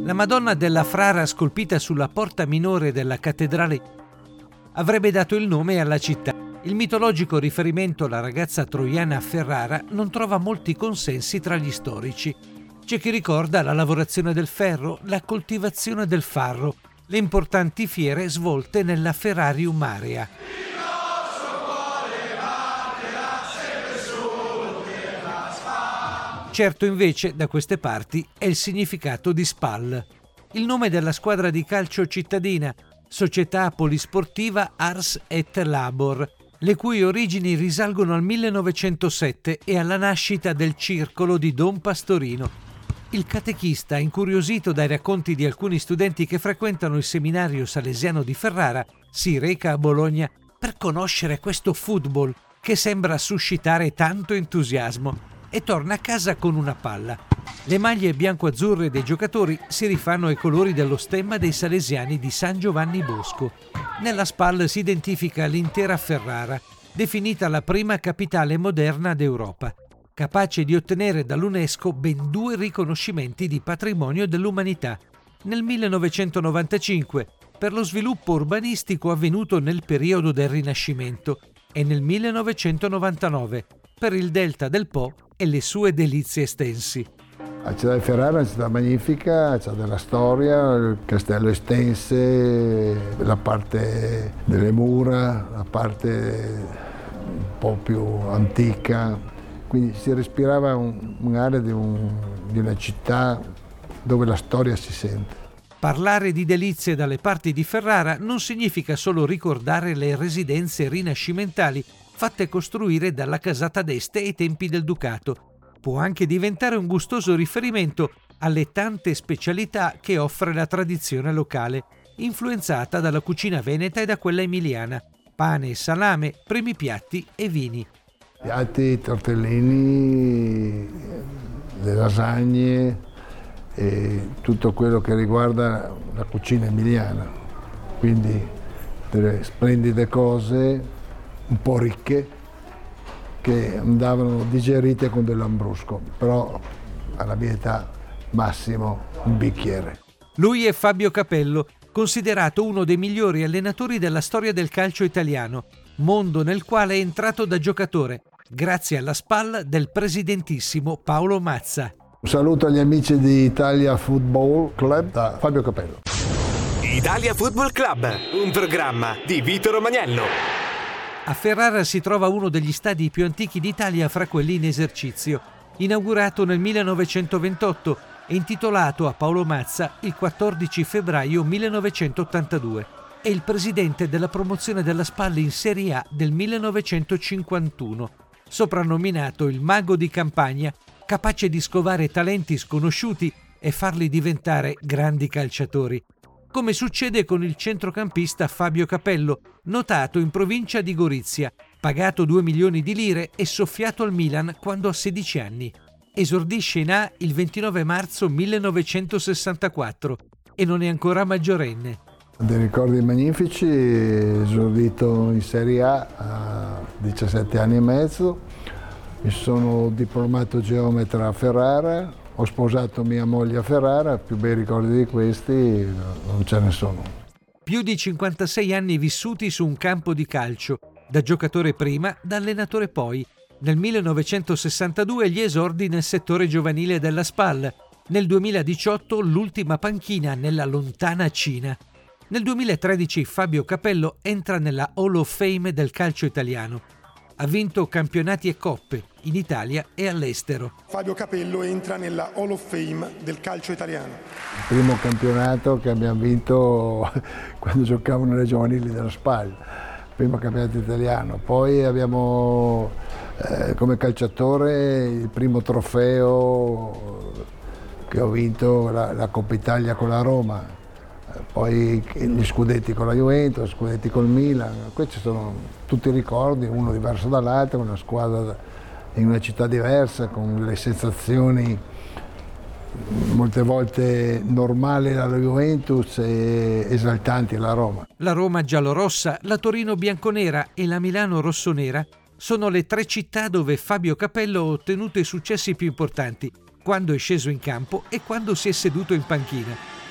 La Madonna della Frara, scolpita sulla porta minore della cattedrale, avrebbe dato il nome alla città. Il mitologico riferimento alla ragazza troiana Ferrara non trova molti consensi tra gli storici. C'è chi ricorda la lavorazione del ferro, la coltivazione del farro, le importanti fiere svolte nella Ferrarium Area. Certo invece da queste parti è il significato di SPAL, il nome della squadra di calcio cittadina, Società Polisportiva Ars et Labor, le cui origini risalgono al 1907 e alla nascita del circolo di Don Pastorino. Il catechista, incuriosito dai racconti di alcuni studenti che frequentano il seminario salesiano di Ferrara, si reca a Bologna per conoscere questo football che sembra suscitare tanto entusiasmo e torna a casa con una palla. Le maglie bianco-azzurre dei giocatori si rifanno ai colori dello stemma dei salesiani di San Giovanni Bosco. Nella SPAL si identifica l'intera Ferrara, definita la prima capitale moderna d'Europa, capace di ottenere dall'UNESCO ben 2 riconoscimenti di patrimonio dell'umanità. Nel 1995 per lo sviluppo urbanistico avvenuto nel periodo del Rinascimento e nel 1999 per il delta del Po e le sue delizie estensi. La città di Ferrara è una città magnifica, c'è della storia, il castello estense, la parte delle mura, la parte un po' più antica, quindi si respirava un'area di una città dove la storia si sente. Parlare di delizie dalle parti di Ferrara non significa solo ricordare le residenze rinascimentali fatte costruire dalla casata d'Este ai tempi del Ducato. Può anche diventare un gustoso riferimento alle tante specialità che offre la tradizione locale, influenzata dalla cucina veneta e da quella emiliana. Pane e salame, primi piatti e vini. Piatti, tortellini, le lasagne e tutto quello che riguarda la cucina emiliana. Quindi delle splendide cose, un po' ricche, che andavano digerite con del lambrusco, però alla mia età massimo un bicchiere. Lui è Fabio Capello, considerato uno dei migliori allenatori della storia del calcio italiano, mondo nel quale è entrato da giocatore, grazie alla SPAL del presidentissimo Paolo Mazza. Un saluto agli amici di Italia Football Club da Fabio Capello. Italia Football Club, un programma di Vito Romagnello. A Ferrara si trova uno degli stadi più antichi d'Italia fra quelli in esercizio, inaugurato nel 1928 e intitolato a Paolo Mazza il 14 febbraio 1982. È il presidente della promozione della SPAL in Serie A del 1951, soprannominato il mago di campagna, capace di scovare talenti sconosciuti e farli diventare grandi calciatori. Come succede con il centrocampista Fabio Capello, notato in provincia di Gorizia, pagato 2 milioni di lire e soffiato al Milan quando ha 16 anni. Esordisce in A il 29 marzo 1964 e non è ancora maggiorenne. Dei ricordi magnifici, esordito in Serie A 17 anni e mezzo, mi sono diplomato geometra a Ferrara, ho sposato mia moglie a Ferrara, più bei ricordi di questi non ce ne sono. Più di 56 anni vissuti su un campo di calcio, da giocatore prima, da allenatore poi. Nel 1962 gli esordi nel settore giovanile della SPAL, nel 2018 l'ultima panchina nella lontana Cina. Nel 2013 Fabio Capello entra nella Hall of Fame del calcio italiano. Ha vinto campionati e coppe in Italia e all'estero. Fabio Capello entra nella Hall of Fame del calcio italiano. Il primo campionato che abbiamo vinto quando giocavo nelle giovanili della SPAL, primo campionato italiano. Poi abbiamo come calciatore il primo trofeo che ho vinto, la Coppa Italia con la Roma. Poi gli scudetti con la Juventus, scudetti col Milan, questi sono tutti ricordi, uno diverso dall'altro, una squadra in una città diversa, con le sensazioni molte volte normali alla Juventus e esaltanti alla Roma. La Roma giallorossa, la Torino bianconera e la Milano rossonera sono le 3 città dove Fabio Capello ha ottenuto i successi più importanti, quando è sceso in campo e quando si è seduto in panchina.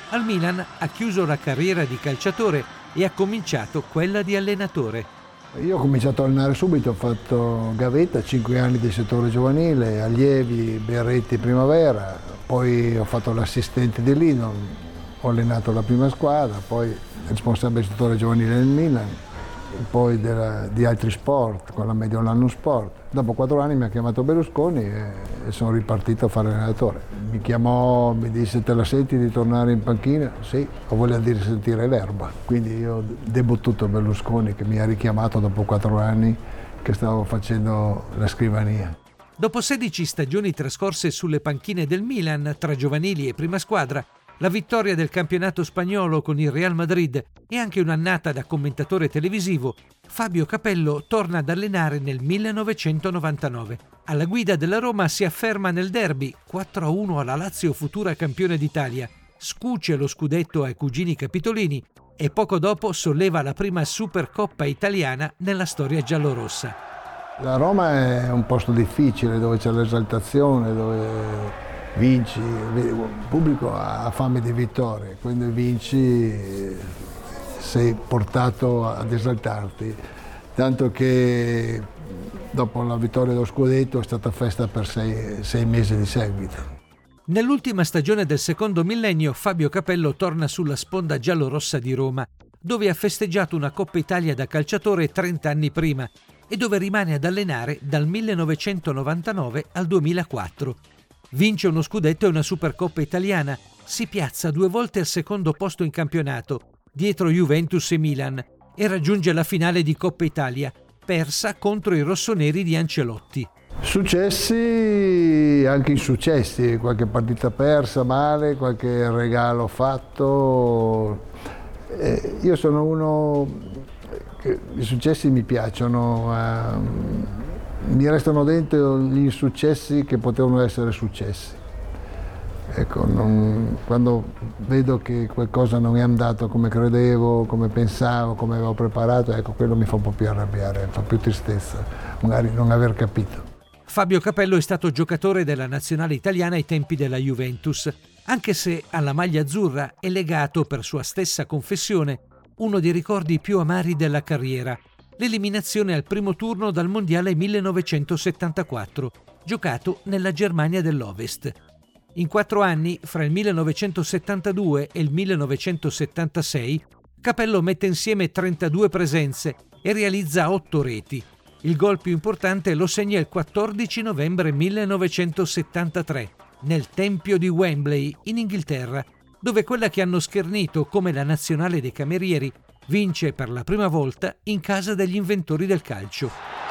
Al Milan ha chiuso la carriera di calciatore e ha cominciato quella di allenatore. Io ho cominciato a allenare subito, ho fatto gavetta, 5 anni di settore giovanile, allievi, berretti primavera, poi ho fatto l'assistente di lì, ho allenato la prima squadra, poi responsabile del settore giovanile del Milan, poi di altri sport, con la Mediolanum Sport. Dopo 4 anni mi ha chiamato Berlusconi e sono ripartito a fare allenatore. Mi chiamò, mi disse: te la senti di tornare in panchina? Sì, ho voglia di risentire l'erba. Quindi io debbo tutto a Berlusconi, che mi ha richiamato dopo 4 anni che stavo facendo la scrivania. Dopo 16 stagioni trascorse sulle panchine del Milan, tra giovanili e prima squadra, la vittoria del campionato spagnolo con il Real Madrid e anche un'annata da commentatore televisivo, Fabio Capello torna ad allenare nel 1999. Alla guida della Roma si afferma nel derby 4-1 alla Lazio, futura campione d'Italia, scuce lo scudetto ai cugini capitolini e poco dopo solleva la prima Supercoppa italiana nella storia giallorossa. La Roma è un posto difficile dove c'è l'esaltazione, dove vinci, il pubblico ha fame di vittorie, quando vinci sei portato ad esaltarti, tanto che dopo la vittoria dello scudetto è stata festa per sei mesi di seguito. Nell'ultima stagione del secondo millennio Fabio Capello torna sulla sponda giallorossa di Roma, dove ha festeggiato una Coppa Italia da calciatore 30 anni prima e dove rimane ad allenare dal 1999 al 2004. Vince uno scudetto e una Supercoppa italiana, si piazza 2 volte al secondo posto in campionato, dietro Juventus e Milan, e raggiunge la finale di Coppa Italia, persa contro i rossoneri di Ancelotti. Successi, anche insuccessi, qualche partita persa male, qualche regalo fatto. Io sono uno che i successi mi piacciono, mi restano dentro gli insuccessi che potevano essere successi. Ecco, quando vedo che qualcosa non è andato come credevo, come pensavo, come avevo preparato, ecco, quello mi fa un po' più arrabbiare, fa più tristezza, magari non aver capito. Fabio Capello è stato giocatore della nazionale italiana ai tempi della Juventus, anche se alla maglia azzurra è legato, per sua stessa confessione, uno dei ricordi più amari della carriera: l'eliminazione al primo turno dal Mondiale 1974, giocato nella Germania dell'Ovest. In 4 anni, fra il 1972 e il 1976, Capello mette insieme 32 presenze e realizza 8 reti. Il gol più importante lo segna il 14 novembre 1973, nel Tempio di Wembley, in Inghilterra, dove quella che hanno schernito come la nazionale dei camerieri vince per la prima volta in casa degli inventori del calcio.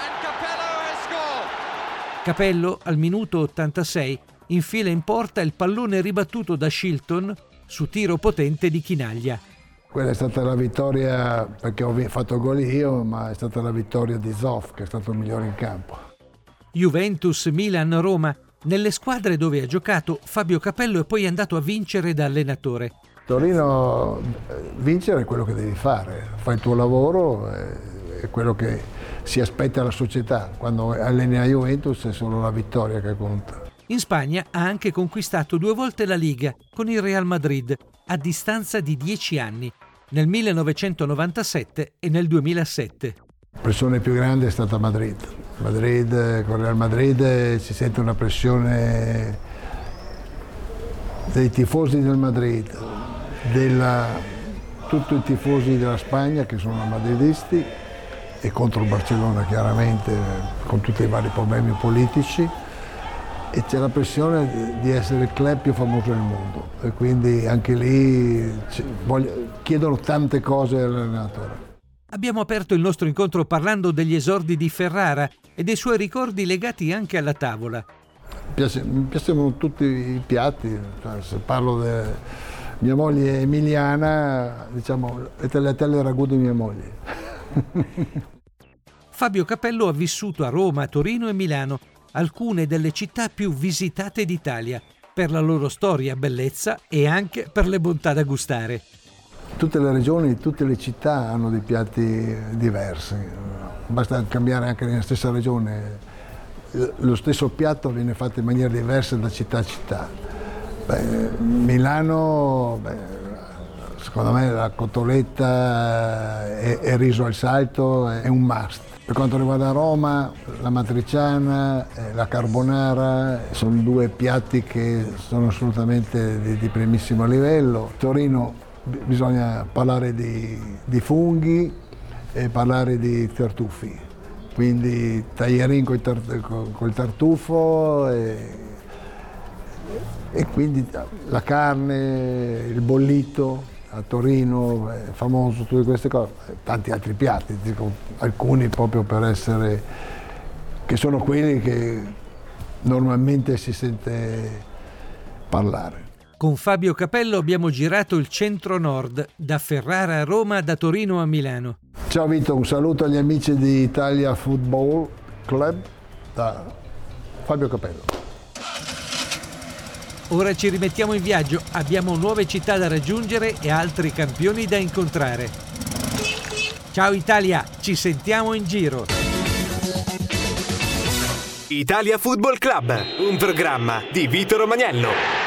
Capello, al minuto 86, infila in porta il pallone ribattuto da Shilton su tiro potente di Chinaglia. Quella è stata la vittoria, perché ho fatto gol io, ma è stata la vittoria di Zoff, che è stato il migliore in campo. Juventus, Milan, Roma. Nelle squadre dove ha giocato, Fabio Capello è poi andato a vincere da allenatore. Torino, vincere è quello che devi fare, fai il tuo lavoro, è quello che si aspetta la società. Quando alleni a Juventus è solo la vittoria che conta. In Spagna ha anche conquistato 2 volte la Liga con il Real Madrid, a distanza di 10 anni, nel 1997 e nel 2007. La pressione più grande è stata Madrid. Con Real Madrid si sente una pressione dei tifosi del Madrid, tutti i tifosi della Spagna che sono madridisti, e contro il Barcellona chiaramente, con tutti i vari problemi politici, e c'è la pressione di essere il club più famoso del mondo, e quindi anche lì chiedono tante cose all'allenatore. Abbiamo aperto il nostro incontro parlando degli esordi di Ferrara e dei suoi ricordi legati anche alla tavola. Mi piacciono tutti i piatti, se parlo di mia moglie emiliana, diciamo le tagliatelle e ragù di mia moglie. Fabio Capello ha vissuto a Roma, Torino e Milano, alcune delle città più visitate d'Italia, per la loro storia, bellezza e anche per le bontà da gustare. Tutte le regioni, tutte le città hanno dei piatti diversi, basta cambiare anche nella stessa regione, lo stesso piatto viene fatto in maniera diversa da città a città. Milano secondo me la cotoletta e riso al salto è un must. Per quanto riguarda Roma, la matriciana e la carbonara sono due piatti che sono assolutamente di primissimo livello. Torino bisogna parlare di funghi e parlare di tartufi, quindi taglierin col tartufo e quindi la carne, il bollito. A Torino è famoso tutte queste cose, tanti altri piatti, dico alcuni proprio per essere, che sono quelli che normalmente si sente parlare. Con Fabio Capello abbiamo girato il centro-nord, da Ferrara a Roma, da Torino a Milano. Ciao Vito, un saluto agli amici di Italia Football Club da Fabio Capello. Ora ci rimettiamo in viaggio, abbiamo nuove città da raggiungere e altri campioni da incontrare. Ciao Italia, ci sentiamo in giro. Italia Football Club, un programma di Vito Romagnello.